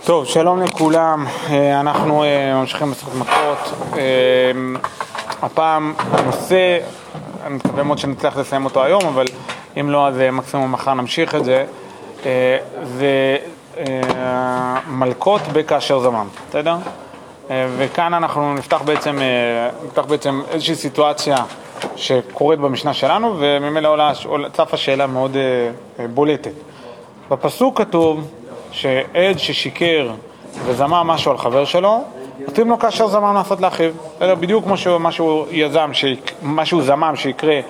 טוב, שלום לכולם, אנחנו ממשיכים בספר מכות. הפעם הנושא, אני מקווה מאוד שנצליח לסיים אותו היום, אבל אם לא, אז מקסימום מחר נמשיך את זה. זה מלכות בכאשר זמם, בסדר? וכאן אנחנו נפתח בעצם איזושהי סיטואציה שקורית במשנה שלנו, וממילא צפה שאלה מאוד בולטת. בפסוק כתוב שעד ששיקר וזמם משהו על חבר שלו, נותנים לו כאשר זמם לעשות לאחיו. בדיוק כמו משהו זמם שיקרה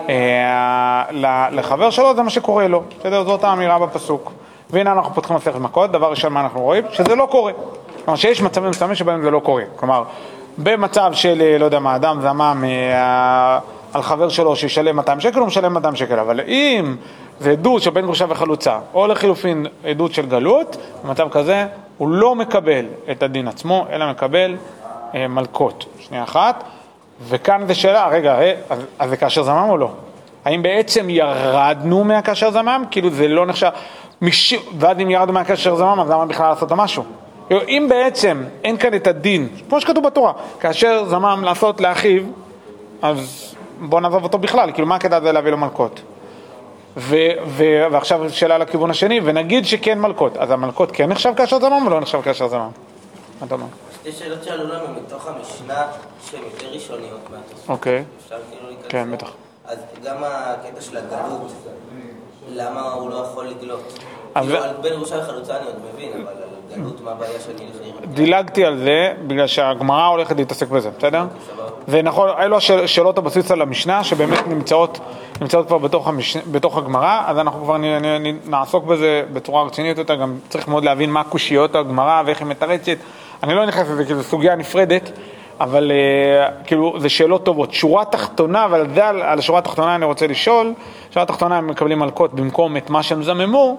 לחבר שלו, זה מה שקורה לו. זאת האמירה בפסוק. והנה אנחנו פותחים מסכת מכות, דבר ראשון מה אנחנו רואים? שזה לא קורה. כלומר שיש מצבים מסוימים שבהם זה לא קורה. כלומר, במצב של, לא יודע מה, אדם זמם על חבר שלו שישלם 200 שקל, הוא משלם 200 שקל. אבל אם זה עדות של בן גרושה וחלוצה, או לחילופין עדות של גלות, במצב כזה הוא לא מקבל את הדין עצמו, אלא מקבל מלכות. שנייה אחת. וכאן זה שאלה, רגע, אז זה כאשר זמם או לא? האם בעצם ירדנו מהכאשר זמם? כאילו זה לא נחשב, ועד אם ירדנו מהכאשר זמם, אז למה בכלל לעשות משהו? אם בעצם אין כאן את הדין, כמו שכתוב בתורה, כאשר זמם לעשות לאחיו, אז בוא נעזוב אותו בכלל, כאילו מה כדאי זה להביא לו מלכות? ועכשיו שאלה לכיוון השני, ונגיד שכן מלכות, אז המלכות כן נחשב כאשר זמם או לא נחשב כאשר זמם? מה אתה אומר? שתי שאלות שעלו לנו מתוך המשנה שהן יותר ראשוניות מהתוספות. אוקיי. אפשר כאילו להיכנס? כן, בטח. אז גם הקטע של הגלות, למה הוא לא יכול לגלות? כאילו על בן גרושה וחלוצה אני עוד מבין, אבל על גלות מה הבעיה שאני לחיר? דילגתי על זה בגלל שהגמרא הולכת להתעסק בזה, בסדר? ונכון, אלו השאלות הבסיס על המשנה שבאמת נמצאות כבר בתוך הגמרא, אז אנחנו כבר נעסוק בזה בצורה רצינית יותר, גם צריך מאוד להבין מה קושיות הגמרא ואיך היא מתרצת. אני לא נכנס לזה כי זו סוגיה נפרדת, אבל כאילו זה שאלות טובות. שורה תחתונה, אבל על השורה התחתונה אני רוצה לשאול, שורה תחתונה הם מקבלים מלכות במקום את מה שהם זממו,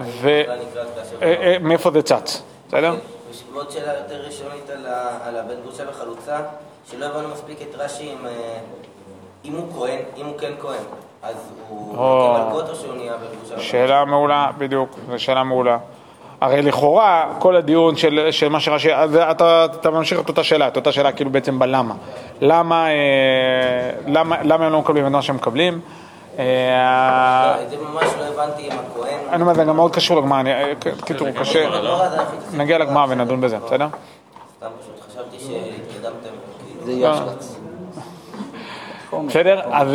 ומאיפה זה צץ, בסדר? ועוד שאלה יותר ראשונית על הבן גרושה וחלוצה, שלא הבנו מספיק את רש"י אם הוא כהן, אם הוא כן כהן, אז הוא כמלכות או שהוא נהיה בן גרושה? שאלה מעולה, בדיוק, זו שאלה מעולה. הרי לכאורה, כל הדיון של מה שרש"י, אתה ממשיך את אותה שאלה כאילו בעצם בלמה. למה הם לא מקבלים את מה שהם מקבלים? זה ממש לא הבנתי עם הכהן. אני אומר, זה גם מאוד קשור לגמרא, קיצור, קשה, נגיע לגמרא ונדון בזה, בסדר? סתם פשוט, חשבתי שהתקדמתם. זה יחלץ. בסדר? אז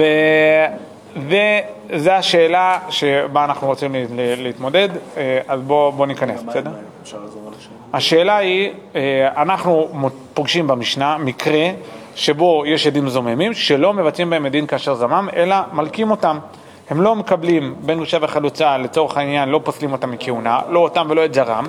זה השאלה שבה אנחנו רוצים להתמודד, אז בוא ניכנס, בסדר? השאלה היא, אנחנו פוגשים במשנה מקרה שבו יש עדים זוממים שלא מבצעים בהם עדין כאשר זמם, אלא מלקים אותם. הם לא מקבלים בן גרושה וחלוצה, לצורך העניין לא פוסלים אותם מכהונה, לא אותם ולא את זרם,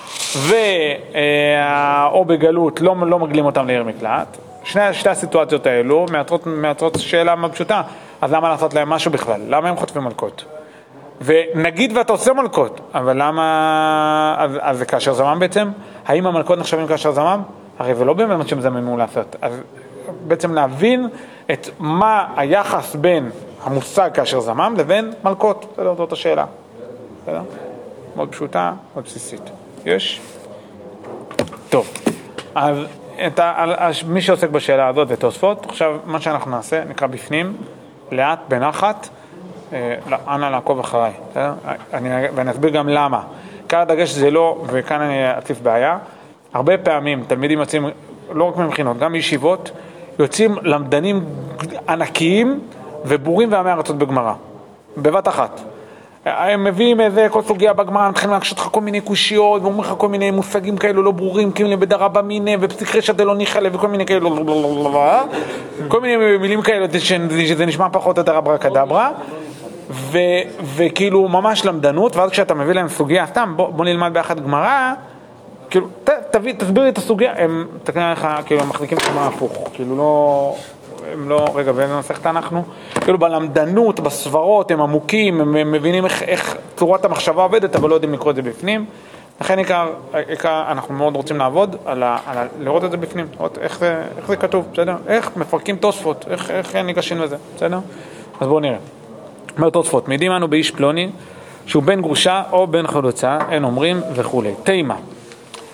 או בגלות לא מגלים אותם לעיר מקלט. שתי הסיטואציות האלו מייצרות שאלה מאוד פשוטה, אז למה לעשות להם משהו בכלל? למה הם חוטפים מלכות? ונגיד ואתה עושה מלכות, אבל למה, אז זה כאשר זמם בעצם? האם המלכות נחשבים כאשר זמם? הרי זה לא באמת מה שהם זממו לעשות. אז בעצם להבין את מה היחס בין המושג כאשר זמם לבין מלכות. זאת השאלה. בסדר? מאוד פשוטה, מאוד בסיסית. יש? טוב. אז מי שעוסק בשאלה הזאת זה תוספות. עכשיו מה שאנחנו נעשה, נקרא בפנים, לאט, בנחת, אנא לעקוב אחריי. ואני אסביר גם למה. כאן הדגש זה לא, וכאן אני אציף בעיה, הרבה פעמים תלמידים יוצאים, לא רק ממכינות, גם מישיבות, יוצאים למדנים ענקיים ובורים ועמי ארצות בגמרא, בבת אחת. הם מביאים איזה כל סוגיה בגמרא, מתחילים להקשות לך כל מיני קושיות, ואומרים לך כל מיני מושגים כאלו לא ברורים, כאילו בדרבה מיני, ופסיק רשת דלא ניחלה, וכל מיני כאלו, כל מיני מילים כאלו, שזה נשמע פחות יותר אברקדברה, וכאילו ממש למדנות, ואז כשאתה מביא להם סוגיה, סתם, בוא נלמד ביחד גמרא, כאילו, תסביר לי את הסוגיה, הם, תקנה לך, כאילו, הם מחזיקים את הגמרא הפוך, כאילו הם לא, רגע, ואיזה מסכת אנחנו? כאילו בלמדנות, בסברות, הם עמוקים, הם מבינים איך צורת המחשבה עובדת, אבל לא יודעים לקרוא את זה בפנים. לכן אנחנו מאוד רוצים לעבוד לראות את זה בפנים, לראות איך זה כתוב, בסדר? איך מפרקים תוספות, איך ניגשים לזה, בסדר? אז בואו נראה. אומר תוספות, מעידים אנו באיש פלוני, שהוא בן גרושה או בן חלוצה, אין אומרים וכו'. תימה.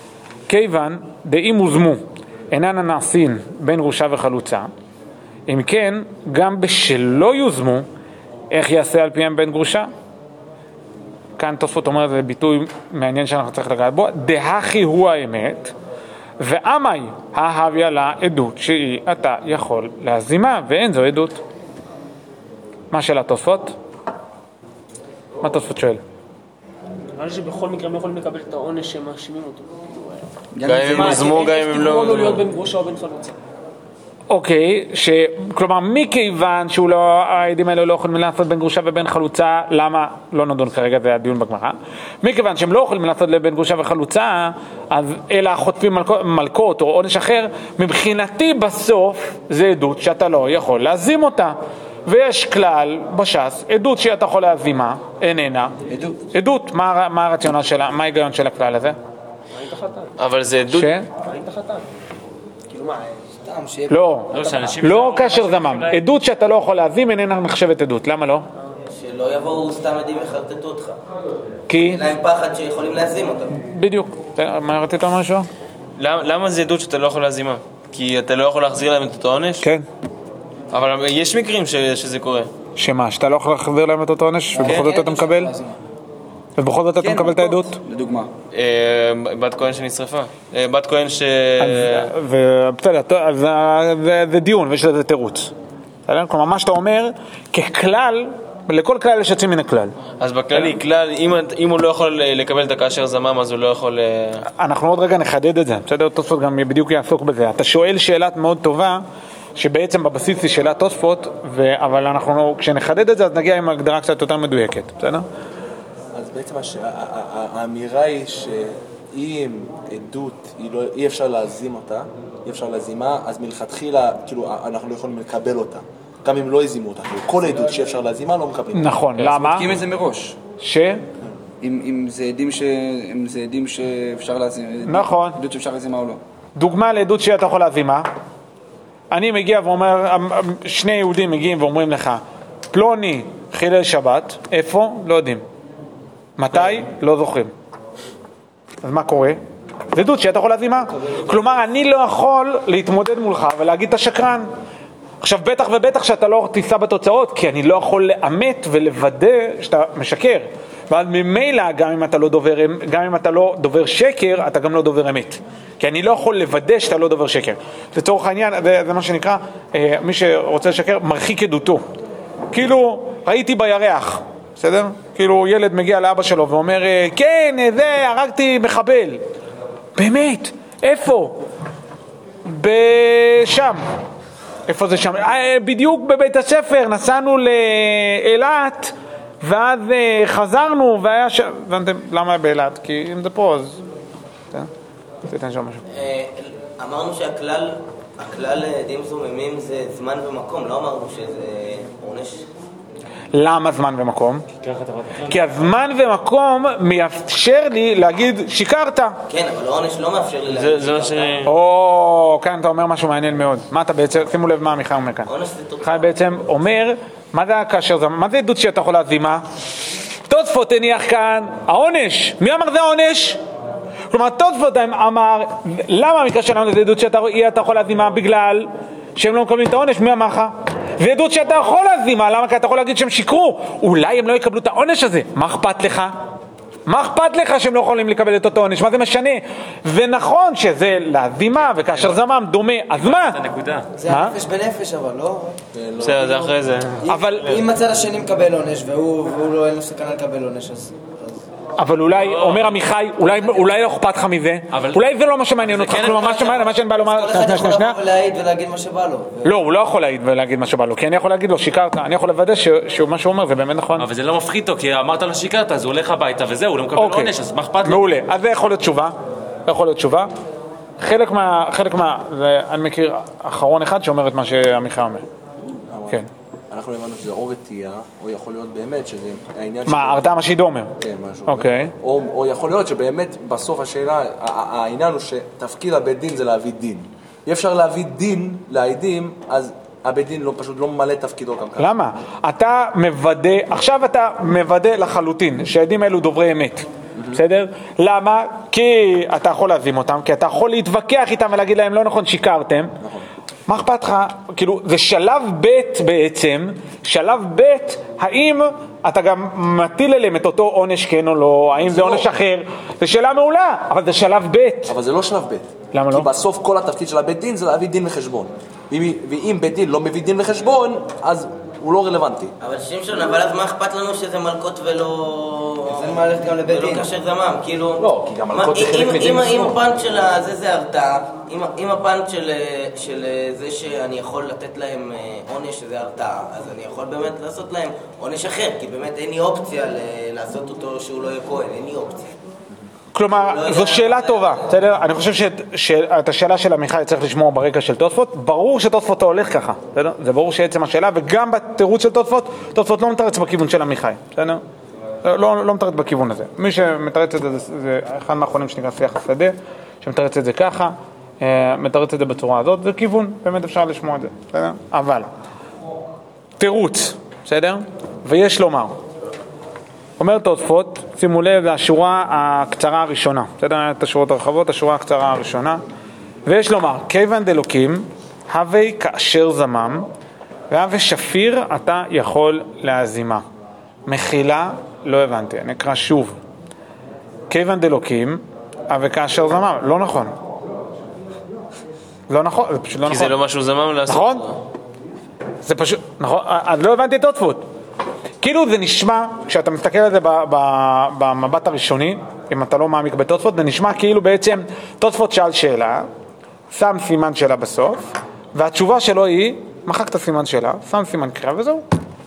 כיוון דאם הוזמו אינן הנעשין בין גרושה וחלוצה, אם כן, גם בשלא יוזמו, איך יעשה על פיהם בין גרושה? כאן תוספות אומר, זה ביטוי מעניין שאנחנו צריך לגעת בו, דהכי הוא האמת, ואמי ההביא לה עדות שהיא אתה יכול להזימה, ואין זו עדות. מה שאלה תוספות? מה תוספות שואל? נראה לי שבכל מקרה הם יכולים לקבל את העונש שהם מאשימים אותו. גם אם הם הוזמו, גם אם הם לא... איך תקראו לו להיות בין גרושה או בין חלוצה? אוקיי, כלומר מכיוון העדים האלה לא יכולים לעשות בין גרושה ובין חלוצה, למה? לא נדון כרגע, זה הדיון בגמרא. מכיוון שהם לא יכולים לעשות בין גרושה וחלוצה, אז אלא חוטפים מלכות או עונש אחר, מבחינתי בסוף זה עדות שאתה לא יכול להזים אותה. ויש כלל בש"ס, עדות שאתה יכול להזימה, איננה. עדות, מה הרציונל שלה, מה ההיגיון של הכלל הזה? אבל זה עדות... ראית חתן. כאילו מה... לא כאשר זמם. עדות שאתה לא יכול להזים איננה נחשבת עדות. למה לא? שלא יבואו סתם עדים לחרטטו אותך. כי? אין להם פחד שיכולים להזים אותם. בדיוק. מה רצית משהו? למה זה עדות שאתה לא יכול להזימה? כי אתה לא יכול להחזיר להם את אותו עונש? כן. אבל יש מקרים שזה קורה. שמה? שאתה לא יכול להחזיר להם את אותו עונש ובכל זאת אתה מקבל? ובכל זאת אתה מקבל את העדות? לדוגמה. בת כהן שנשרפה. בת כהן בסדר, זה דיון ויש לזה תירוץ. כלומר, מה שאתה אומר, ככלל, לכל כלל יש יוצאים מן הכלל. אז בכללי, כלל, אם הוא לא יכול לקבל את הכאשר זמם, אז הוא לא יכול... אנחנו עוד רגע נחדד את זה. בסדר, תוספות גם בדיוק יעסוק בזה. אתה שואל שאלת מאוד טובה, שבעצם בבסיס היא שאלת תוספות, אבל אנחנו, כשנחדד את זה, אז נגיע עם הגדרה קצת יותר מדויקת. בסדר? אז בעצם האמירה היא שאם עדות אי אפשר להזים אותה, אי אפשר להזימה, אז מלכתחילה כאילו אנחנו לא יכולים לקבל אותה, גם אם לא הזימו אותה. כל עדות שאפשר להזימה לא מקבלים. נכון, למה? אז בודקים את זה מראש. אם זה עדים שאפשר להזימה, נכון. עדות שאפשר להזימה או לא. דוגמה לעדות שאתה יכול להזימה, אני מגיע ואומר, שני יהודים מגיעים ואומרים לך, פלוני חילל שבת, איפה? לא יודעים. מתי? לא זוכרים. אז מה קורה? זה עדות שאתה יכול להזימה. כלומר, אני לא יכול להתמודד מולך ולהגיד את השקרן. עכשיו, בטח ובטח שאתה לא תישא בתוצאות, כי אני לא יכול לאמת ולוודא שאתה משקר. אבל ממילא, גם אם אתה לא דובר שקר, אתה גם לא דובר אמת. כי אני לא יכול לוודא שאתה לא דובר שקר. לצורך העניין, זה מה שנקרא, מי שרוצה לשקר, מרחיק עדותו. כאילו, ראיתי בירח. בסדר? כאילו ילד מגיע לאבא שלו ואומר, כן, הרגתי מחבל. באמת? איפה? שם. איפה זה שם? בדיוק בבית הספר, נסענו לאילת, ואז חזרנו, והיה שם... הבנתם? למה באילת? כי אם זה פה, אז... תתן שם משהו. אמרנו הכלל עדים זוממים זה זמן ומקום, לא אמרנו שזה עונש... למה זמן ומקום? כי הזמן ומקום מאפשר לי להגיד שיקרת. כן, אבל העונש לא מאפשר לי להגיד שיקרת. כאן אתה אומר משהו מעניין מאוד. מה אתה בעצם, שימו לב מה מיכאל אומר כאן. מיכאל בעצם אומר, מה זה כאשר זה, מה זה עדות שאתה יכול להזימה? תוספות הניח כאן, העונש. מי אמר זה העונש? כלומר, תוספות אמר, למה מקרה שלנו זה עדות שאתה יכול להזימה? בגלל שהם לא מקבלים את העונש, מי אמר לך? זה עדות שאתה יכול להזימה, למה? כי אתה יכול להגיד שהם שיקרו. אולי הם לא יקבלו את העונש הזה. מה אכפת לך? מה אכפת לך שהם לא יכולים לקבל את אותו עונש? מה זה משנה? ונכון שזה להזימה, וכאשר זמם דומה, אז מה? זה נפש בנפש, אבל לא? בסדר, זה אחרי זה. אם הצד השני מקבל עונש, והוא לא אין לו סכנה לקבל עונש, אז... אבל אולי, אומר עמיחי, אולי לא אכפת לך מזה, אולי זה לא מה שמעניין אותך, כלומר מה שאני בא לומר, כל אחד יכול לבוא ולהעיד ולהגיד מה שבא לו. לא, הוא לא יכול להעיד ולהגיד מה שבא לו, כי אני יכול להגיד לו, שיקרת, אני יכול לוודא שמה שהוא אומר זה באמת נכון. אבל זה לא מפחיד אותו, כי אמרת לו שיקרת, אז הוא הולך הביתה וזהו, הוא לא מקבל עונש, אז מה אכפת לו? מעולה, אז זה יכול להיות תשובה, חלק מה, אני מכיר אחרון אחד שאומר את מה שעמיחי אומר. כן. אנחנו הבנו שזה או רתיעה, או יכול להיות באמת שזה העניין... מה, הרתעה מה שעידו אומר? כן, משהו. אוקיי. או יכול להיות שבאמת בסוף השאלה, העניין הוא שתפקיד הבית דין זה להביא דין. אי אפשר להביא דין לעדים, אז הבית דין פשוט לא ממלא תפקידו גם ככה. למה? עכשיו אתה מוודא לחלוטין שהעדים האלו דוברי אמת. בסדר? למה? כי אתה יכול להזים אותם, כי אתה יכול להתווכח איתם ולהגיד להם לא נכון, שיקרתם. מה אכפת לך? כאילו, זה שלב ב' בעצם, שלב ב', האם אתה גם מטיל אליהם את אותו עונש כן או לא, האם זה עונש אחר, זה שאלה מעולה, אבל זה שלב ב'. אבל זה לא שלב ב'. למה לא? כי בסוף כל התפקיד של הבית דין זה להביא דין וחשבון. ואם בית דין לא מביא דין וחשבון, אז הוא לא רלוונטי. אבל שמשון, אבל אז מה אכפת לנו שזה מלכות ולא... זה מה ללכת גם לבית דין. ולא כאשר זמם, כאילו... לא, כי גם מלכות זה חלק מדין אם וחשבון. הפאנט של זה הרתעה, אם הפאנט של זה שאני יכול לתת להם עונש שזה הרתעה, אז אני יכול באמת לעשות להם עונש אחר, כי באמת אין לי אופציה לעשות אותו שהוא לא יהיה כהן, אין לי אופציה. כלומר, זו שאלה טובה, בסדר? אני חושב שאת השאלה של עמיחי צריך לשמור ברקע של תוספות. ברור שתוספות הולך ככה, בסדר? זה ברור שעצם השאלה, וגם בתירוץ של תוספות לא מתרץ בכיוון של עמיחי, בסדר? לא מתרץ בכיוון הזה. מי שמתרץ את זה, זה אחד מהאחרונים שנקרא שיח השדה, שמתרץ את זה ככה, מתרץ את זה בצורה הזאת, זה כיוון, באמת אפשר לשמוע את זה, בסדר? אבל, תירוץ, בסדר? ויש לומר. אומר תוספות, שימו לב, זה השורה הקצרה הראשונה, בסדר? את השורות הרחבות, השורה הקצרה הראשונה. ויש לומר, כיוון דלוקים, הווי כאשר זמם, והווי שפיר אתה יכול להזימה. מחילה, לא הבנתי, אני אקרא שוב. כיוון דלוקים, הווי כאשר זמם, לא נכון. לא נכון, זה פשוט לא נכון. כי זה לא משהו זמם לעשות. נכון? זה פשוט, נכון, אז לא הבנתי את תוספות. כאילו זה נשמע, כשאתה מסתכל על זה במבט הראשוני, אם אתה לא מעמיק בתוספות, זה נשמע כאילו בעצם תוספות שאל שאלה, שם סימן שאלה בסוף, והתשובה שלו היא, מחק את הסימן שאלה, שם סימן קריאה וזהו.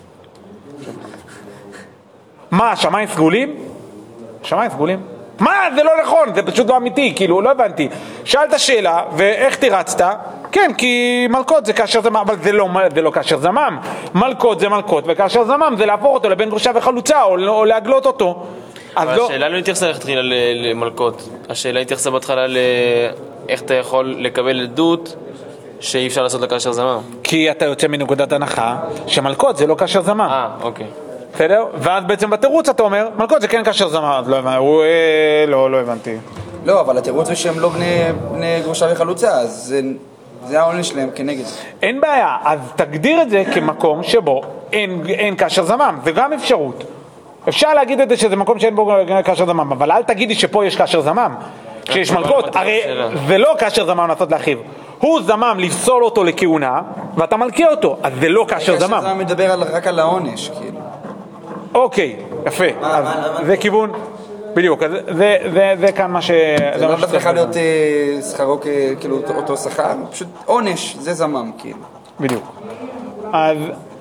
מה, שמיים סגולים? שמיים סגולים? מה, זה לא נכון, זה פשוט לא אמיתי, כאילו, לא הבנתי. שאלת שאלה, ואיך תירצת? כן, כי מלכות זה כאשר זמם, אבל זה לא כאשר זמם. מלכות זה מלכות, וכאשר זמם זה להפוך אותו לבן גרושה וחלוצה, או להגלות אותו. אבל השאלה לא התייחסה לכתחילה למלכות. השאלה התייחסה בהתחלה לאיך אתה יכול לקבל עדות שאי אפשר לעשות לכאשר זמם. כי אתה יוצא מנקודת הנחה שמלכות זה לא כאשר זמם. אוקיי. בסדר? ואז בעצם בתירוץ אתה אומר, מלכות זה כן כאשר זמם. לא הבנתי. לא, אבל התירוץ זה שהם לא בני גרושה וחלוצה, אז זה העונש שלהם כנגד. אין בעיה, אז תגדיר את זה כמקום שבו אין כאשר זמם, זה גם אפשרות. אפשר להגיד את זה שזה מקום שאין בו כאשר זמם, אבל אל תגידי שפה יש כאשר זמם. כשיש מלכות, הרי זה לא כאשר זמם לעשות לאחיו. הוא זמם לפסול אותו לכהונה, ואתה מלכה אותו, אז זה לא כאשר זמם. כאשר זמם מדבר רק על העונש, כאילו. אוקיי, יפה. זה כיוון, בדיוק, זה כאן מה ש... זה לא דווקא להיות שכרו כאילו אותו שכר, פשוט עונש, זה זמם, כאילו. בדיוק. אז...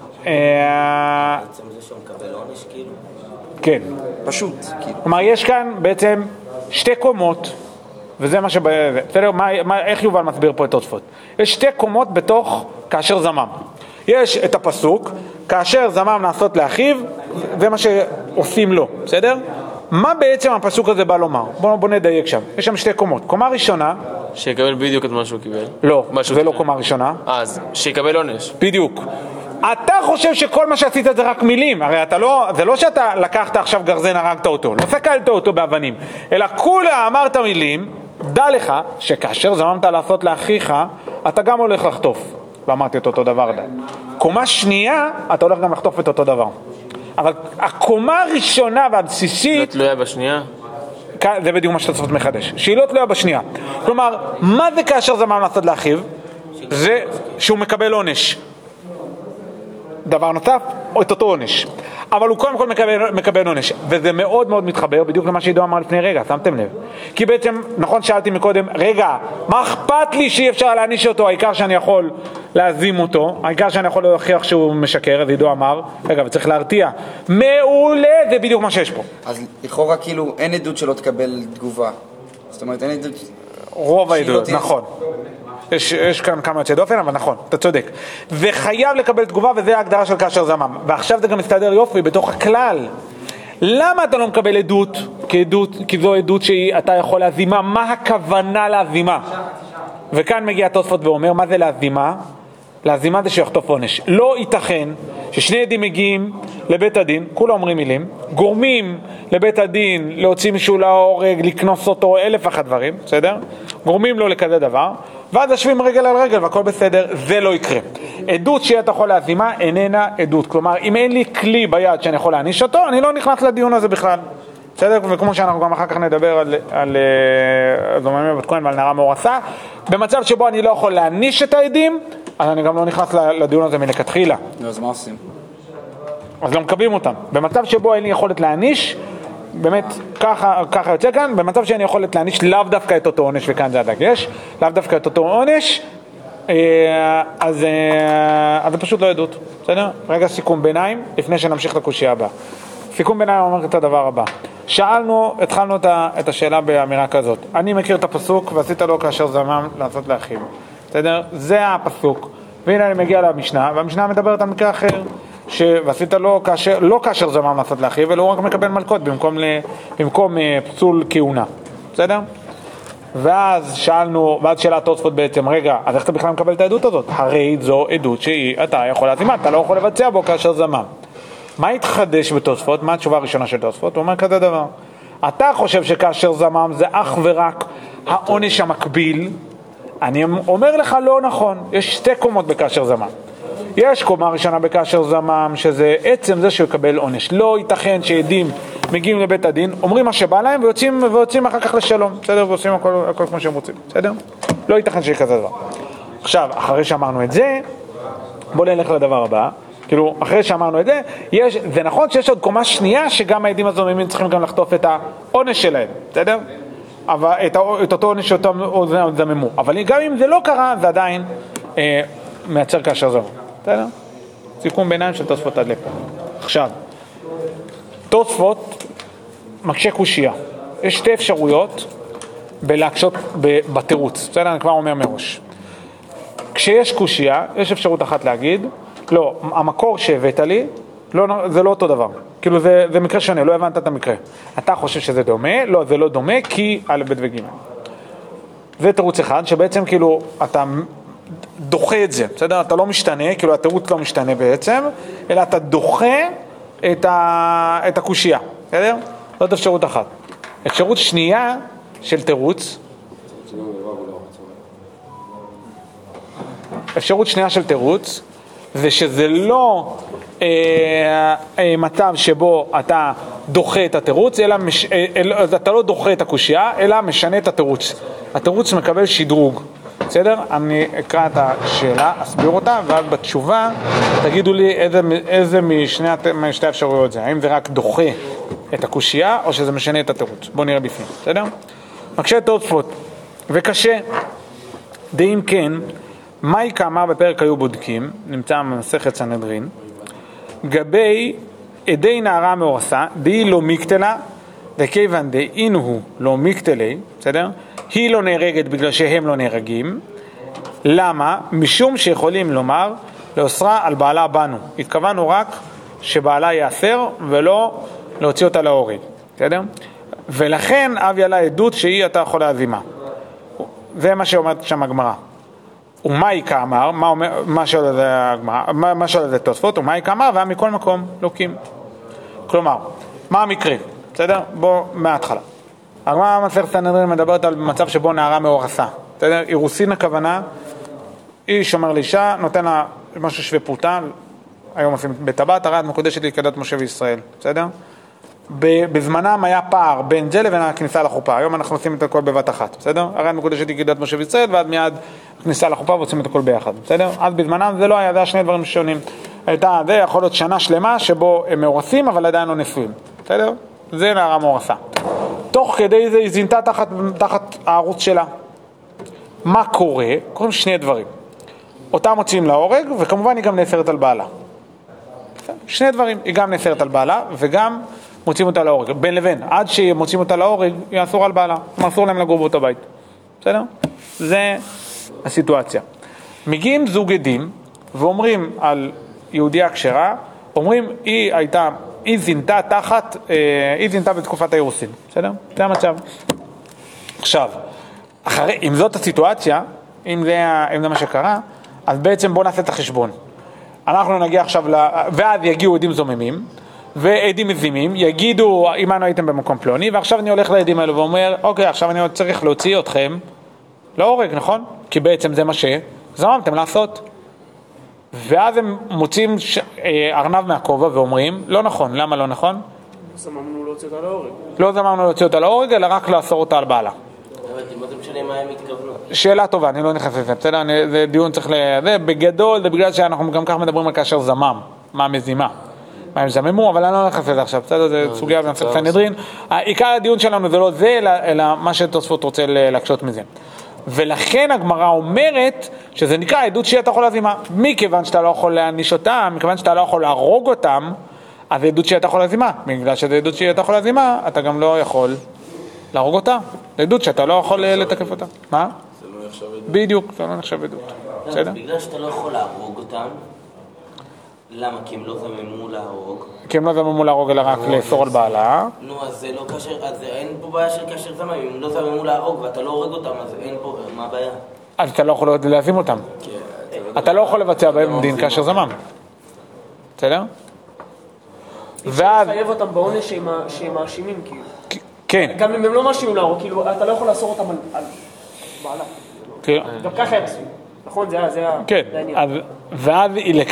בעצם זה שהוא מקבל עונש, כאילו? כן. פשוט, כאילו. כלומר, יש כאן בעצם שתי קומות, וזה מה בסדר, איך יובל מסביר פה את תוספות? יש שתי קומות בתוך כאשר זמם. יש את הפסוק, כאשר זמם נעשות לאחיו, זה מה שעושים לו, בסדר? מה בעצם הפסוק הזה בא לומר? בוא נדייק שם. יש שם שתי קומות. קומה ראשונה... שיקבל בדיוק את מה שהוא קיבל. לא, זה לא קומה ראשונה. אז, שיקבל עונש. בדיוק. אתה חושב שכל מה שעשית זה רק מילים, הרי זה לא שאתה לקחת עכשיו גרזן, הרגת אותו, לא סקלת אותו באבנים, אלא כולה אמרת מילים, דע לך שכאשר זממת לעשות לאחיך, אתה גם הולך לחטוף. ואמרתי את אותו דבר. קומה שנייה, אתה הולך גם לחטוף את אותו דבר. אבל הקומה הראשונה והבסיסית... לא תלויה בשנייה? זה בדיוק מה שתוספות מחדש. שהיא לא תלויה בשנייה. כלומר, מה זה כאשר זמם לעשות לאחיו? זה שהוא מקבל עונש. דבר נוסף, או את אותו עונש. אבל הוא קודם כל מקבל עונש. וזה מאוד מאוד מתחבר, בדיוק למה שעידו אמר לפני רגע, שמתם לב. כי בעצם, נכון שאלתי מקודם, רגע, מה אכפת לי שאי אפשר להעניש אותו? העיקר שאני יכול להזים אותו, העיקר שאני יכול להוכיח שהוא משקר, אז עידו אמר, רגע, וצריך להרתיע. מעולה, זה בדיוק מה שיש פה. אז לכאורה כאילו אין עדות שלא תקבל תגובה. זאת אומרת, אין עדות... רוב העדות, נכון. יש כאן כמה יוצא דופן, אבל נכון, אתה צודק. וחייב לקבל תגובה, וזה ההגדרה של כאשר זמם. ועכשיו זה גם מסתדר יופי בתוך הכלל. למה אתה לא מקבל עדות כעדות, כי זו עדות שאתה יכול להזימה? מה הכוונה להזימה? וכאן מגיע תוספות ואומר, מה זה להזימה? להזימה זה שיחטוף עונש. לא ייתכן ששני עדים מגיעים לבית הדין, כולם אומרים מילים, גורמים לבית הדין להוציא מישהו להורג, לקנוס אותו, 1,001 דברים, בסדר? גורמים לו לכזה דבר, ואז יושבים רגל על רגל והכל בסדר, זה לא יקרה. עדות שאתה יכול להזימה איננה עדות, כלומר אם אין לי כלי ביד שאני יכול להעניש אותו, אני לא נכנס לדיון הזה בכלל. בסדר? וכמו שאנחנו גם אחר כך נדבר על זוממים בת כהן ועל נערה מאורסה, במצב שבו אני לא יכול להעניש את העדים, אז אני גם לא נכנס לדיון הזה מלכתחילה. אז מה עושים? אז לא מקבלים אותם. במצב שבו אין לי יכולת להעניש, באמת ככה יוצא כאן, במצב שאין לי יכולת להעניש לאו דווקא את אותו עונש, וכאן זה הדגש, לאו דווקא את אותו עונש, אז זה פשוט לא עדות. בסדר? רגע סיכום ביניים, לפני שנמשיך לקושי הבא. סיכום ביניים אומר את הדבר הבא. התחלנו את השאלה באמירה כזאת. אני מכיר את הפסוק, ועשית לו כאשר זמם לעשות לאחיו. בסדר? זה הפסוק. והנה אני מגיע למשנה, והמשנה מדברת על מקרה אחר, ועשית לו לא כאשר זמם לעשות לאחיו, אלא הוא רק מקבל מלכות במקום פסול כהונה. בסדר? ואז שאלה התוספות בעצם, רגע, אז איך אתה בכלל מקבל את העדות הזאת? הרי זו עדות אתה יכול להזימה, אתה לא יכול לבצע בו כאשר זמם. מה התחדש בתוספות? מה התשובה הראשונה של תוספות? הוא אומר כזה דבר. אתה חושב שכאשר זמם זה אך ורק העונש המקביל? אני אומר לך לא נכון. יש שתי קומות בכאשר זמם. יש קומה ראשונה בכאשר זמם, שזה עצם זה שהוא יקבל עונש. לא ייתכן שעדים מגיעים לבית הדין, אומרים מה שבא להם ויוצאים אחר כך לשלום. בסדר? ועושים הכל כמו שהם רוצים. בסדר? לא ייתכן שיהיה כזה דבר. עכשיו, אחרי שאמרנו את זה, בוא נלך לדבר הבא. כאילו, אחרי שאמרנו את זה, זה נכון שיש עוד קומה שנייה שגם העדים הזוממים צריכים גם לחטוף את העונש שלהם, בסדר? אבל את אותו עונש שאותו זממו. אבל גם אם זה לא קרה, זה עדיין מייצר כאשר זמם, בסדר? סיכום ביניים של תוספות עד לפה. עכשיו, תוספות מקשה קושייה. יש שתי אפשרויות בלהקשות בתירוץ, בסדר? אני כבר אומר מראש. כשיש קושייה, יש אפשרות אחת להגיד, לא, המקור שהבאת לי, זה לא אותו דבר. כאילו זה מקרה שונה, לא הבנת את המקרה. אתה חושב שזה דומה, לא, זה לא דומה, כי א' ב' וג'. זה תירוץ אחד, שבעצם כאילו אתה דוחה את זה, בסדר? אתה לא משתנה, כאילו התירוץ לא משתנה בעצם, אלא אתה דוחה את הקושייה, בסדר? זאת אפשרות אחת. אפשרות שנייה של תירוץ, אפשרות שנייה של תירוץ, זה שזה לא מצב שבו אתה דוחה את התירוץ, אתה לא דוחה את הקושייה, אלא משנה את התירוץ. התירוץ מקבל שדרוג. בסדר? אני אקרא את השאלה, אסביר אותה, ואז בתשובה תגידו לי איזה משתי האפשרויות זה. האם זה רק דוחה את הקושייה, או שזה משנה את התירוץ. בואו נראה בפנים. בסדר? מקשה תוספות. וקשה. די אם כן, מהי כמה בפרק היו בודקים, נמצא במסכת סנהדרין, גבי עדי נערה מאורסה, די לא מקטלה, וכיוון די אינו לא מקטלי, בסדר? היא לא נהרגת בגלל שהם לא נהרגים. למה? משום שיכולים לומר, לאוסרה על בעלה בנו. התכוונו רק שבעלה יאסר ולא להוציא אותה להורג, בסדר? ולכן אביה לה עדות שהיא אתה יכול להזימה. זה מה שאומרת שם הגמרא. ומאי כאמר, מה שאלה זה תוספות, ומאי כאמר, והיה מכל מקום לוקים. כלומר, מה המקרה? בסדר? בוא מההתחלה. הגמרא במסכת סנהדרין מדברת על מצב שבו נערה מאורסה. בסדר? אירוסין הכוונה, איש אומר לאישה, נותן לה משהו שווה פרוטה, היום עושים בטבעת, הרי את מקודשת לכדת משה וישראל. בסדר? בזמנם היה פער בין זה לבין הכניסה לחופה. היום אנחנו עושים את הכל בבת אחת, בסדר? הרי את מקודשת לכדת משה וישראל, ועד מיד הכניסה לחופה ועושים את הכל ביחד, בסדר? אז בזמנם זה לא היה, זה היה שני דברים שונים. זה יכול להיות שנה שלמה שבו הם מאורסים, אבל עדיין לא נשואים, בסדר? זה נערה מאורסה. תוך כדי זה היא זינתה תחת הערוץ שלה. מה קורה? קוראים שני דברים. אותה מוציאים להורג, וכמובן היא גם נאסרת על בעלה. שני דברים, היא גם נאסרת על בעלה, וגם מוציאים אותה להורג. בין לבין, עד שמוציאים אותה להורג, היא אסור על בעלה. אסור להם לגור באותו בית. בסדר? זה הסיטואציה. מגיעים זוג עדים, ואומרים על יהודיה כשרה, אומרים, היא זינתה בתקופת האירוסין. בסדר? זה המצב. עכשיו, אם זאת הסיטואציה, אם זה מה שקרה, אז בעצם בואו נעשה את החשבון. אנחנו נגיע עכשיו, ואז יגיעו עדים זוממים, ועדים מזימים, יגידו, אם אנו הייתם במקום פלוני, ועכשיו אני הולך לעדים האלו ואומר, אוקיי, עכשיו אני צריך להוציא אתכם להורג, נכון? כי בעצם זה מה שזממתם לעשות. ואז הם מוצאים ארנב מהכובע ואומרים, לא נכון, למה לא נכון? זממנו להוציא אותה להורג. לא זממנו להוציא אותה להורג, אלא רק לאסור אותה על בעלה. אבל מה זה משנה מה הם התכוונו? שאלה טובה, אני לא נכנס לזה, בסדר? זה דיון צריך זה בגדול, זה בגלל שאנחנו גם כך מדברים על כאשר זמם, מה המזימה, מה הם זממו, אבל אני לא נכנס לזה עכשיו, בסדר? זה סוגיה בנושא סנהדרין. עיקר הדיון שלנו זה לא זה, אלא מה שתוספות רוצה להקשות מזה. ולכן הגמרא אומרת שזה נקרא עדות שאתה יכול להזימה. מכיוון שאתה לא יכול להעניש אותם, מכיוון שאתה לא יכול להרוג אותם, אז זה עדות שאתה יכול להזימה. בגלל שזה עדות שאתה יכול להזימה, אתה גם לא יכול להרוג אותה. זה עדות שאתה לא יכול לתקף אותה. מה? זה לא נחשב עדות. בדיוק, זה לא נחשב עדות. בסדר? בגלל שאתה לא יכול להרוג אותם, למה? כי הם לא זממו להרוג. כי הם לא זממו להרוג אלא רק לאסור על בעלה. נו, אז זה לא קשר, אז אין פה בעיה של קשר זמם. אם לא זממו להרוג ואתה לא הורג אותם, אז אין פה, מה הבעיה? אז אתה לא יכול להזים אותם. אתה לא יכול לבצע בהם דין כאשר זמם. בסדר? ואז... חייב אותם בעונש שהם מאשימים, כאילו. כן. גם אם הם לא מאשימים להרוג, כאילו, אתה לא יכול לאסור אותם על בעלה. כן. גם ככה הם עשו. נכון, זה כן, ואז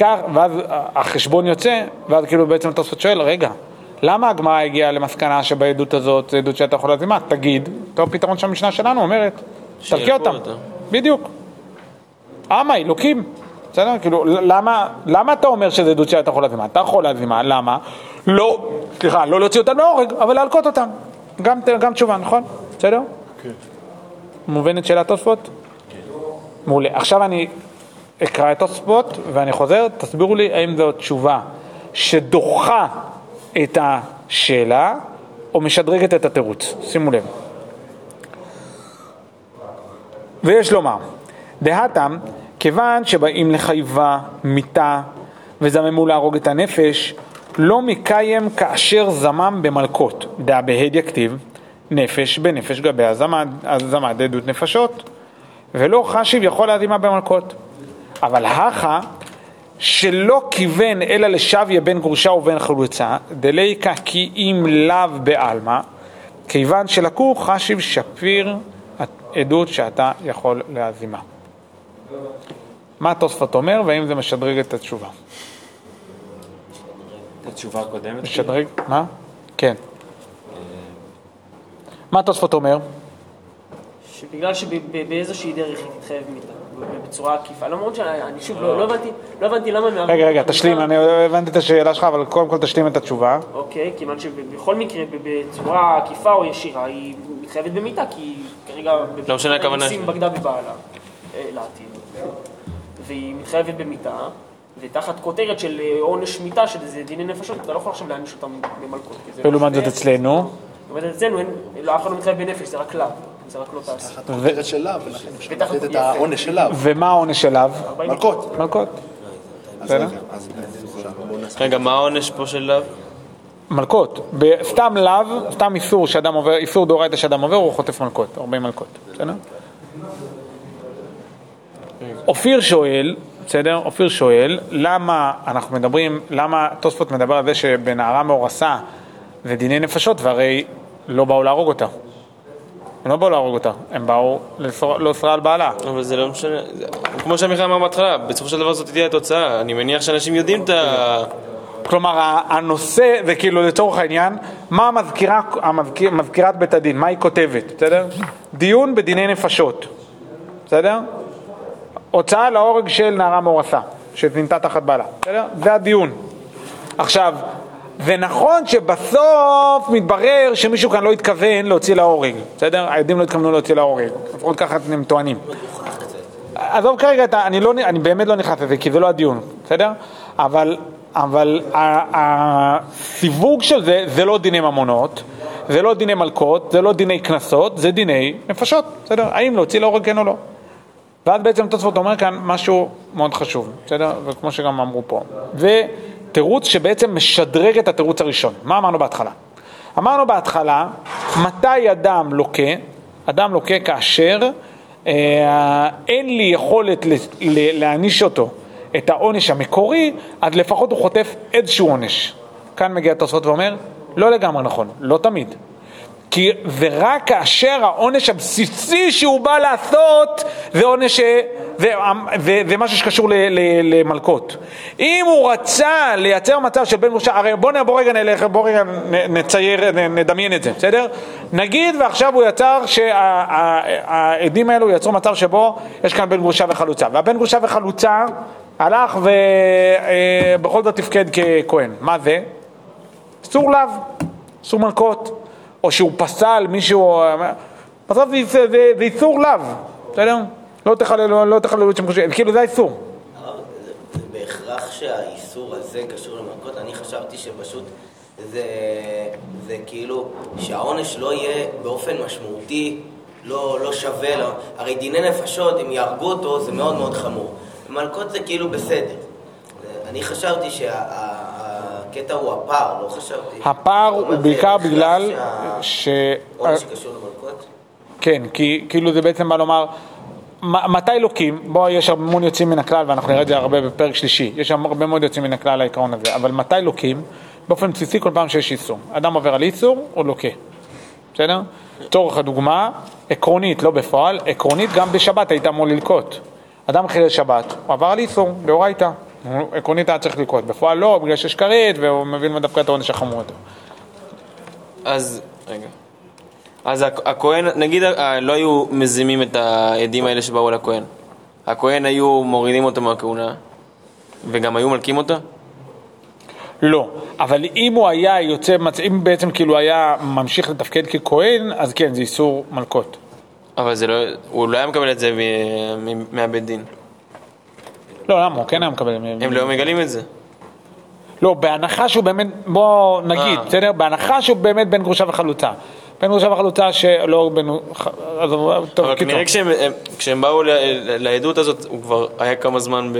החשבון יוצא, ואז כאילו בעצם התוספות שואל, רגע, למה הגמרא הגיעה למסקנה שבעדות הזאת, זה עדות שאתה יכול להזימה? תגיד, טוב, פתרון שהמשנה שלנו אומרת, תרקיע אותם. בדיוק. מה, אלוקים? בסדר? כאילו, למה אתה אומר שזה עדות שאתה יכול להזימה? אתה יכול להזימה, למה? לא, סליחה, לא להוציא אותם להורג, אבל להלקות אותם. גם תשובה, נכון? בסדר? כן. מובנת שאלת תוספות? מעולה. עכשיו אני אקרא את התוספות ואני חוזר, תסבירו לי האם זו תשובה שדוחה את השאלה או משדרגת את התירוץ. שימו לב. ויש לומר, דהתם, כיוון שבאים לחייבה מיתה וזממו להרוג את הנפש, לא מקיים כאשר זמם במלכות. דע בהד יכתיב, נפש בנפש גבי הזמד עדות נפשות. ולא חשיב יכול להזימה במלכות. אבל הכה שלא כיוון אלא לשוויה בין גרושה ובין חלוצה, דליקה כי אם לאו בעלמא, כיוון שלקו חשיב שפיר עדות שאתה יכול להזימה. מה התוספות אומר והאם זה משדרג את התשובה? את התשובה הקודמת? משדרג? מה? כן. מה התוספות אומר? שבגלל שבאיזושהי דרך היא תתחייב בצורה עקיפה, למרות שאני שוב לא הבנתי למה... רגע, תשלים, אני הבנתי את השאלה שלך, אבל קודם כל תשלים את התשובה. אוקיי, כיוון שבכל מקרה בצורה עקיפה או ישירה היא מתחייבת במיתה, כי כרגע... לא משנה הכוונה. נשים בגדה בבעלה לעתיד, והיא מתחייבת במיתה, ותחת כותרת של עונש מיתה, שזה דיני נפשות, אתה לא יכול עכשיו להעניש אותם במלכות. ולעומת זאת אצלנו? לעומת אצלנו, אף אחד לא מתחייב בנפש, זה רק לאו. זה רק לא תעשי. תחת כותרת של לאו, ולכן אפשר לתת את העונש של לאו. ומה העונש של לאו? מלכות. מלכות. רגע, מה העונש פה של לאו? מלכות. סתם לאו, סתם איסור שאדם עובר, איסור דאורייתא שאדם עובר, הוא חוטף מלכות, 40 מלכות. בסדר? אופיר שואל, בסדר? אופיר שואל, למה אנחנו מדברים, למה תוספות מדבר על זה שבנערה מאורסה זה דיני נפשות, והרי לא באו להרוג אותה. הם לא באו להרוג אותה, הם באו לאסרה על בעלה. אבל זה לא משנה, כמו שהמיכל אמר בהתחלה, בסופו של דבר זאת תהיה התוצאה. אני מניח שאנשים יודעים את ה... כלומר, הנושא זה כאילו לצורך העניין, מה מזכירת בית הדין, מה היא כותבת, בסדר? דיון בדיני נפשות, בסדר? הוצאה להורג של נערה מאורסה, שזינתה תחת בעלה, בסדר? זה הדיון. עכשיו, זה נכון שבסוף מתברר שמישהו כאן לא התכוון להוציא להורג, בסדר? העדים לא התכוונו להוציא להורג, לפחות ככה הם טוענים. עזוב כרגע, אני באמת לא נכנס לזה, כי זה לא הדיון, בסדר? אבל הסיווג של זה לא דיני ממונות, זה לא דיני מלכות, זה לא דיני כנסות, זה דיני נפשות, בסדר? האם להוציא להורג כן או לא? ואז בעצם תוספות אומר כאן משהו מאוד חשוב, בסדר? וכמו שגם אמרו פה. ותירוץ שבעצם משדרג את התירוץ הראשון. מה אמרנו בהתחלה? אמרנו בהתחלה, מתי אדם לוקה? אדם לוקה כאשר אין לי יכולת להעניש אותו את העונש המקורי, אז לפחות הוא חוטף איזשהו עונש. כאן מגיע תוספות ואומר, לא לגמרי נכון, לא תמיד. כי זה רק כאשר העונש הבסיסי שהוא בא לעשות, זה עונש, זה משהו שקשור למלכות. אם הוא רצה לייצר מצב של בן גרושה, הרי בוא רגע נלך, בוא רגע נצייר, נדמיין את זה, בסדר? נגיד ועכשיו הוא יצר שהעדים האלו יצרו מצב שבו יש כאן בן גרושה וחלוצה, והבן גרושה וחלוצה הלך ובכל זאת תפקד ככהן. מה זה? אסור לאו, אסור מלכות. או שהוא פסל מישהו, בסוף זה איסור לאו, בסדר? לא תחללו שם חושב, כאילו זה איסור. זה בהכרח שהאיסור הזה קשור למלכות, אני חשבתי שפשוט זה כאילו שהעונש לא יהיה באופן משמעותי, לא שווה לו, הרי דיני נפשות, אם יהרגו אותו זה מאוד מאוד חמור, מלכות זה כאילו בסדר. אני חשבתי הקטע הוא הפער, לא חשבתי. הפער הוא בעיקר בגלל עונש קשור למלכות? כן, כי כאילו זה בעצם בא לומר, מתי לוקים? בוא, יש הרבה מאוד יוצאים מן הכלל, ואנחנו נראה את זה הרבה בפרק שלישי, יש הרבה מאוד יוצאים מן הכלל לעיקרון הזה, אבל מתי לוקים? באופן בסיסי כל פעם שיש איסור. אדם עובר על איסור, הוא לוקה. בסדר? צורך הדוגמה, עקרונית, לא בפועל, עקרונית גם בשבת היית אמור ללקות. אדם חילל שבת, הוא עבר על איסור, דאורייתא. עקרונית היה צריך לקרות, בפועל לא, בגלל שיש כרת, והוא מבין מה דווקא את העונש החמור יותר. אז, רגע. אז הכהן, נגיד, לא היו מזימים את העדים האלה שבאו לכהן. הכהן היו מורידים אותו מהכהונה, וגם היו מלקים אותו? לא, אבל אם הוא היה יוצא, אם בעצם כאילו היה ממשיך לתפקד ככהן, אז כן, זה איסור מלכות. אבל זה לא, הוא לא היה מקבל את זה מהבית דין. לא, למה? הוא כן היה מקבל. הם לא מגלים את זה. לא, בהנחה שהוא באמת, בוא נגיד, בסדר? בהנחה שהוא באמת בן גרושה וחלוצה. בן גרושה וחלוצה שלא בן... אבל כנראה כשהם באו לעדות הזאת, הוא כבר היה כמה זמן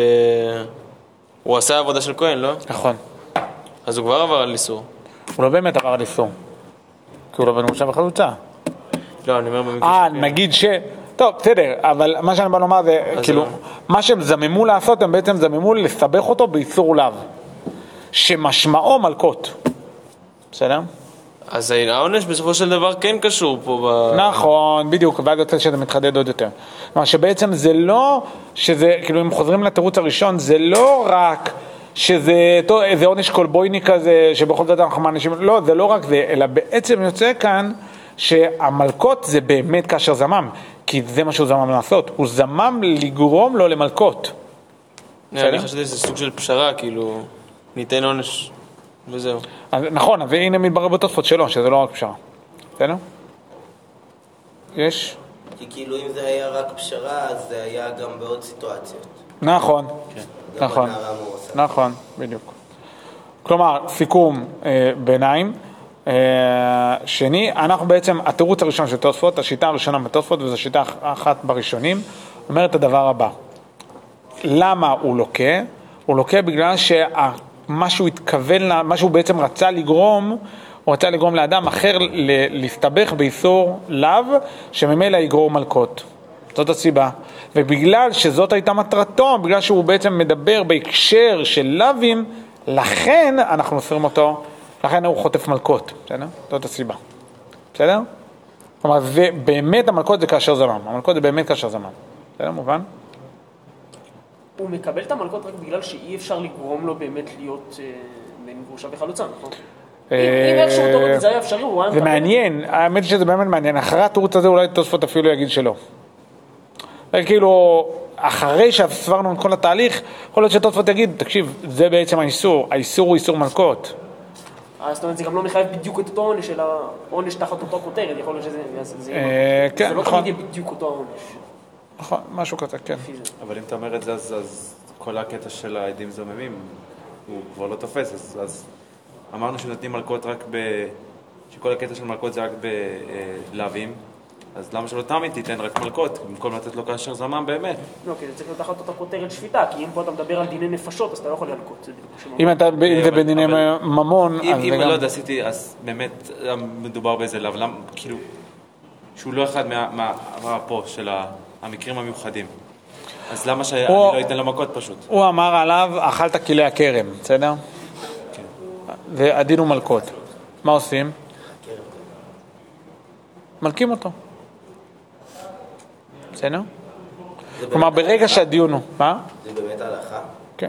הוא עשה עבודה של כהן, לא? נכון. אז הוא כבר עבר על איסור. הוא לא באמת עבר על איסור. כי הוא לא בן גרושה וחלוצה. לא, אני אומר במקרה נגיד טוב, בסדר, אבל מה שאני בא לומר זה, כאילו, מה שהם זממו לעשות, הם בעצם זממו לסבך אותו באיסור לאו, שמשמעו מלכות. בסדר? אז העונש בסופו של דבר כן קשור פה נכון, בדיוק, ואז יוצא שזה מתחדד עוד יותר. כלומר, שבעצם זה לא, כאילו, אם חוזרים לתירוץ הראשון, זה לא רק שזה עונש קולבויני כזה, שבכל זאת אנחנו מאנשים, לא, זה לא רק זה, אלא בעצם יוצא כאן, שהמלכות זה באמת כאשר זמם, כי זה מה שהוא זמם לעשות, הוא זמם לגרום לו למלכות. אני חשבתי שזה סוג של פשרה, כאילו, ניתן עונש וזהו. נכון, והנה מתברר בתוספות שלו, שזה לא רק פשרה. בסדר? יש? כי כאילו אם זה היה רק פשרה, אז זה היה גם בעוד סיטואציות. נכון, נכון, נכון, בדיוק. כלומר, סיכום ביניים, שני, אנחנו בעצם, התירוץ הראשון של תוספות, השיטה הראשונה בתוספות, וזו שיטה אחת בראשונים, אומרת הדבר הבא. למה הוא לוקה? הוא לוקה בגלל שמה שהוא התכוון, מה שהוא בעצם רצה לגרום, הוא רצה לגרום לאדם אחר להסתבך באיסור לאו, שממילא יגרור מלכות. זאת הסיבה. ובגלל שזאת הייתה מטרתו, בגלל שהוא בעצם מדבר בהקשר של לאווים, לכן אנחנו אוסרים אותו, לכן הוא חוטף מלכות, בסדר? זאת הסיבה. בסדר? כלומר, באמת המלכות זה כאשר זמם. המלכות זה באמת כאשר זמם. בסדר, מובן? הוא מקבל את המלכות רק בגלל שאי אפשר לגרום לו באמת להיות בן גרושה וחלוצה, נכון? אם איכשהו תוריד זה היה אפשרי, הוא היה מקבל. זה מעניין, האמת שזה באמת מעניין. אחרי התירוץ הזה אולי תוספות אפילו יגיד שלא. כאילו, אחרי שסברנו את כל התהליך, יכול להיות שתוספות יגיד, תקשיב, זה בעצם האיסור. האיסור הוא איסור מלכות. זאת אומרת, זה גם לא מחייב בדיוק את אותו עונש, אלא עונש תחת אותו כותרת, יכול להיות שזה כן, לא נכון. תמיד יהיה בדיוק אותו העונש. נכון, משהו כזה, כן. אבל אם אתה אומר את זה, אז כל הקטע של העדים זוממים, הוא כבר לא תופס, אז אמרנו שנותנים מלכות רק שכל הקטע של מלכות זה רק בלאווים, אז למה שלא תמיד תיתן רק מלכות, במקום לתת לו כאשר זמם באמת? לא, כי זה צריך להיות תחת אותה כותרת שפיטה, כי אם פה אתה מדבר על דיני נפשות, אז אתה לא יכול להלקות. אם זה בדיני ממון, אם לא יודע, עשיתי, אז באמת מדובר באיזה לאו, כאילו, שהוא לא אחד פה של המקרים המיוחדים. אז למה שאני לא אתן לו מכות פשוט? הוא אמר עליו, אכלת כלי הכרם, בסדר? כן. והדין הוא מלכות. מה עושים? מלכים אותו. בסדר? כלומר, ברגע שהדיון הוא... מה? זה באמת הלכה? כן.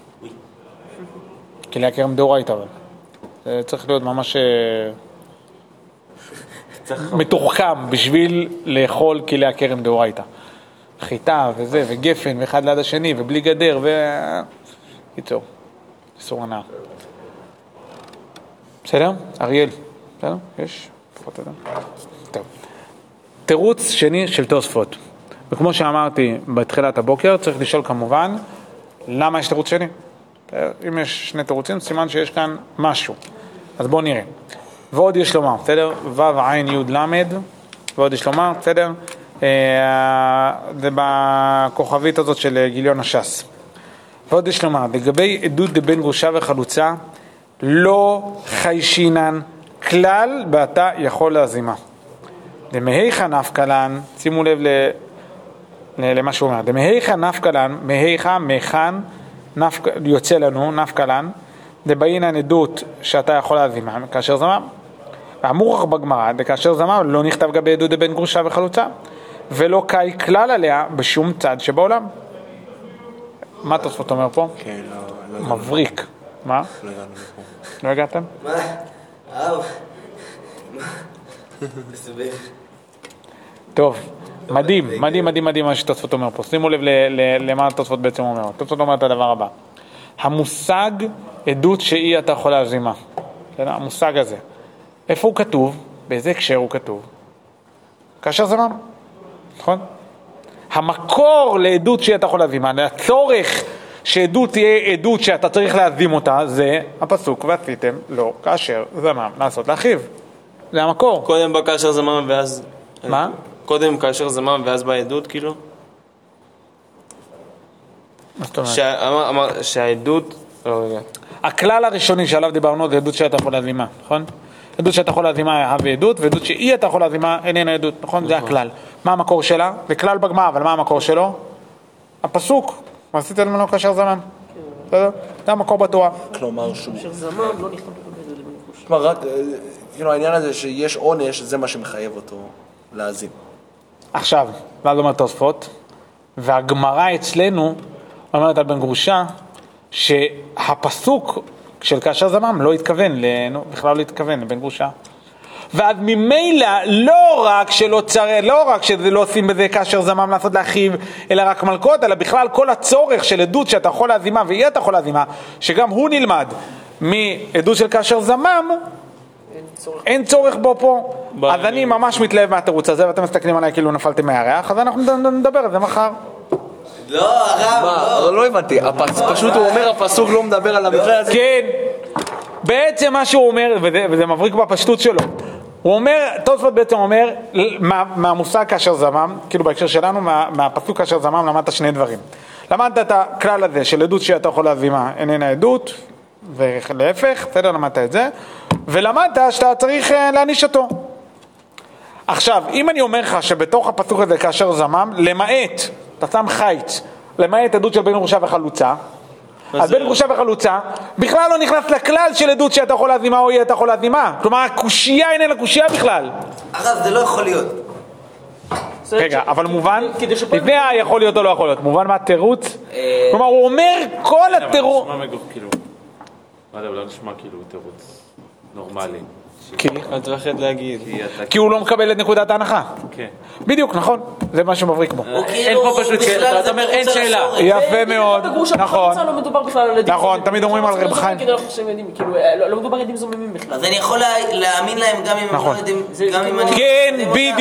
כלי הכרם דאורייתא, אבל. זה צריך להיות ממש מתוחכם בשביל לאכול כלי הכרם דאורייתא. חיטה וזה, וגפן, ואחד ליד השני, ובלי גדר, קיצור. איסור הנאה. בסדר? אריאל. בסדר? יש? פחות אדם. טוב. תירוץ שני של תוספות. וכמו שאמרתי בתחילת הבוקר, צריך לשאול כמובן, למה יש תירוץ שני? אם יש שני תירוצים, סימן שיש כאן משהו. אז בואו נראה. ועוד יש לומר, בסדר? ו' עין י' למד, ועוד יש לומר, בסדר? זה בכוכבית הזאת של גיליון הש"ס. ועוד יש לומר, לגבי עדות דבן גרושה וחלוצה, לא חיישינן כלל ואתה יכול להזימה. דמהיכה נפקלן, שימו לב למה שהוא אומר, דמהיכה נפקלן, מהיכה, מהיכן, יוצא לנו, נפקלן, דבעינן עדות שאתה יכול להזימה, כאשר זמם. ואמור בגמרא, כאשר זמם, לא נכתב גבי עדות דבן גרושה וחלוצה, ולא קאי כלל עליה בשום צד שבעולם. מה תוספות אומר פה? כן, לא... מבריק. מה? לא הגענו לפה. לא הגעתם? מה? מסובך. טוב, מדהים מה שתוספות אומר פה. שימו לב למה תוספות בעצם אומר. תוספות אומר את הדבר הבא. המושג עדות שהיא אתה יכול להזימה. המושג הזה. איפה הוא כתוב? באיזה הקשר הוא כתוב? כאשר זמם. נכון? המקור לעדות שהיא אתה יכול להזימה, הצורך שעדות תהיה עדות שאתה צריך להזים אותה, זה הפסוק ועשיתם לא כאשר זמם לעשות לאחיו. זה המקור. קודם בא כאשר זמם ואז... מה? קודם כאשר זמם ואז בא עדות, כאילו? מה זאת אומרת? שהעדות... לא, רגע. הכלל הראשוני שעליו דיברנו זה עדות שאתה יכול להזימה, נכון? עדות שאתה יכול להזימה היא עדות, ועדות שהיא אתה יכול להזימה איננה עדות, נכון? זה הכלל. מה המקור שלה? זה כלל בגמרא, אבל מה המקור שלו? הפסוק. ועשיתם לו כאשר זמם. בסדר? זה המקור בתורה. כלומר שהוא... כאשר זמם לא נכתב לגבי זה לבן גרושה. כלומר, רק, העניין הזה שיש עונש, זה מה שמחייב אותו להזים. עכשיו, ואז אומר תוספות, והגמרא אצלנו אומרת על בן גרושה, שהפסוק של כאשר זמם לא התכוון, בכלל לא התכוון לבן גרושה. ואז ממילא לא רק שזה לא עושים בזה כאשר זמם לעשות לאחיו, אלא רק מלכות, אלא בכלל כל הצורך של עדות שאתה יכול להזימה, ואי אתה יכול להזימה, שגם הוא נלמד מעדות של כאשר זמם, אין צורך בו פה. אז אני ממש מתלהב מהתירוץ הזה, ואתם מסתכלים עליי כאילו נפלתם מהירח, אז אנחנו נדבר על זה מחר. לא, הרב, לא הבנתי, פשוט הוא אומר, הפסוק לא מדבר על המקרה הזה. כן, בעצם מה שהוא אומר, וזה מבריק בפשטות שלו, הוא אומר, תוספות בעצם אומר, מהמושג כאשר זמם, כאילו בהקשר שלנו, מהפסוק כאשר זמם למדת שני דברים. למדת את הכלל הזה של עדות שאתה יכול להזימה, איננה עדות, ולהפך, בסדר, למדת את זה, ולמדת שאתה צריך להניש אותו. עכשיו, אם אני אומר לך שבתוך הפסוק הזה כאשר זמם, למעט, אתה שם חיץ, למעט עדות של בן גרושה וחלוצה, אז בן גרושה וחלוצה בכלל לא נכנס לכלל של עדות שאתה יכול להזימה או אתה יכול להזימה. כלומר, הקושייה איננה קושייה בכלל. הרב, זה לא יכול להיות. רגע, אבל מובן, לפני יכול להיות או לא יכול להיות, מובן מה התירוץ? כלומר, הוא אומר כל התירוץ... נשמע מגוף כאילו... מה זה, לא נשמע כאילו תירוץ נורמלי. אל תרחד להגיד. כי הוא לא מקבל את נקודת ההנחה. כן. בדיוק, נכון, זה מה שמבריק בו. אין פה פשוט שאלה, אתה אומר אין שאלה. יפה מאוד, נכון. לא מדובר בכלל על עדים. נכון, תמיד אומרים על רב חיים. לא מדובר על עדים זוממים בכלל. אז אני יכול להאמין להם גם אם הם לא יודעים, גם אם אני... כן,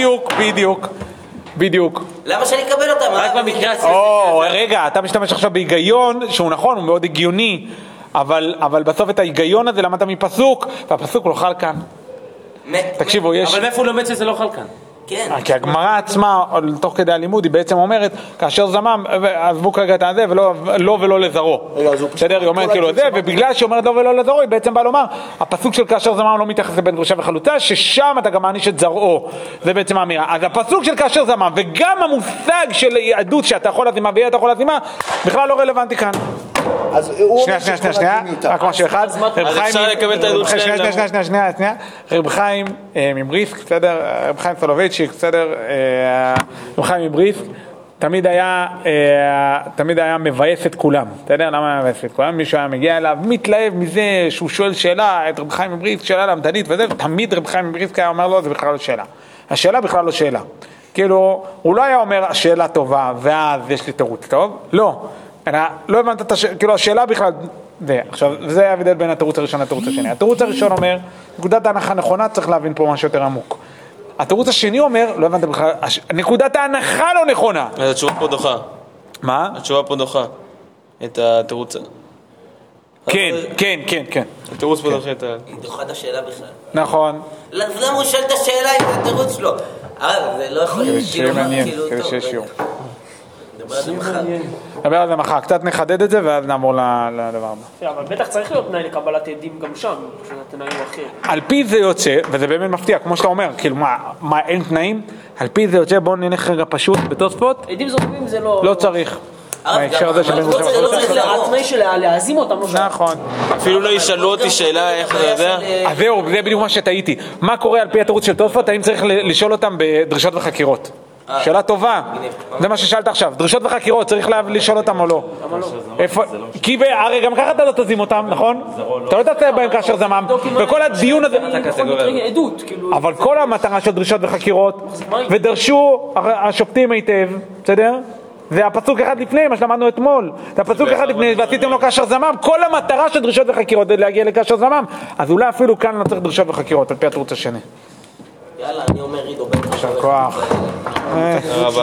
בדיוק. למה שאני אקבל אותם? רק במקרה הזה. רגע, אתה משתמש עכשיו בהיגיון שהוא נכון, הוא מאוד הגיוני, אבל בסוף את ההיגיון הזה למדת מפסוק, והפסוק לא חל כאן. תקשיבו, יש... אבל מאיפה הוא לומד שזה לא חל כאן? כן. כי הגמרא עצמה, תוך כדי הלימוד, היא בעצם אומרת, כאשר זמם, עזבו כרגע את הזה, ולא לזרו. בסדר, היא אומרת כאילו זה, ובגלל שהיא אומרת לא ולא לזרו, היא בעצם באה לומר, הפסוק של כאשר זמם לא מתייחס לבין דרישה וחלוצה, ששם אתה גם מעניש את זרעו. זה בעצם האמירה. אז הפסוק של כאשר זמם, וגם המושג של עדות שאתה יכול להזימה ואתה יכול להזימה, בכלל לא רלוונטי כאן. שנייה, רק משהו אחד. אז אפשר לקבל את העדות שלהם. שנייה. רב חיים מבריסק, בסדר? רב חיים סולובייצ'יק, בסדר? רב חיים מבריסק, תמיד היה מבאס את כולם. אתה יודע למה היה מבאס את כולם? מישהו היה מגיע אליו, מתלהב מזה שהוא שואל שאלה, את רב חיים מבריסק, שאלה למדנית וזה, ותמיד רב חיים מבריסק היה אומר לו, זה בכלל לא שאלה. השאלה בכלל לא שאלה. כאילו, הוא לא היה אומר, השאלה טובה, ואז יש לי תירוץ טוב. לא. לא הבנת את השאלה, כאילו השאלה בכלל, עכשיו, זה ההבדל בין התירוץ הראשון לתירוץ השני. התירוץ הראשון אומר, נקודת ההנחה נכונה, צריך להבין פה משהו יותר עמוק. התירוץ השני אומר, לא הבנת בכלל, נקודת ההנחה לא נכונה. אז התשובה פה דוחה. מה? התשובה פה דוחה. את התירוץ. כן. התירוץ פה דוחה את ה... היא דוחה את השאלה בכלל. נכון. למה הוא שואל את השאלה עם התירוץ שלו? זה לא יכול להיות. שיהיה מעניין, כדי שיש שיעור. נדבר על זה מחר. נדבר על זה מחר, קצת נחדד את זה ואז נעבור לדבר הבא. אבל בטח צריך להיות תנאי לקבלת עדים גם שם, שהתנאי הוא אחר. על פי זה יוצא, וזה באמת מפתיע, כמו שאתה אומר, כאילו מה אין תנאים? על פי זה יוצא, בואו נלך רגע פשוט בתוספות. עדים זורמים זה לא... לא צריך. בהקשר הזה שבין התנאי של להזים אותם לא שם. נכון. אפילו לא ישאלו אותי שאלה איך אתה יודע. אז זהו, זה בדיוק מה שטעיתי. מה קורה על פי התירוץ של תוספות? האם צריך לשאול אותם בדרישות וחקירות? שאלה טובה. זה מה ששאלת עכשיו. דרישות וחקירות, צריך לשאול אותם או לא? כי הרי גם ככה אתה לא תזים אותם, נכון? אתה לא תעשה בהם כאשר זמם. וכל הדיון הזה... אבל כל המטרה של דרישות וחקירות, ודרשו השופטים היטב, בסדר? זה הפסוק אחד לפני, מה שלמדנו אתמול. זה הפסוק אחד לפני, ועשיתם לו כאשר זמם. כל המטרה של דרישות וחקירות זה להגיע לכאשר זמם. אז אולי אפילו כאן לא צריך דרישות וחקירות, על פי התירוץ השני. יאללה, אני אומר רידו בן. יישר כוח.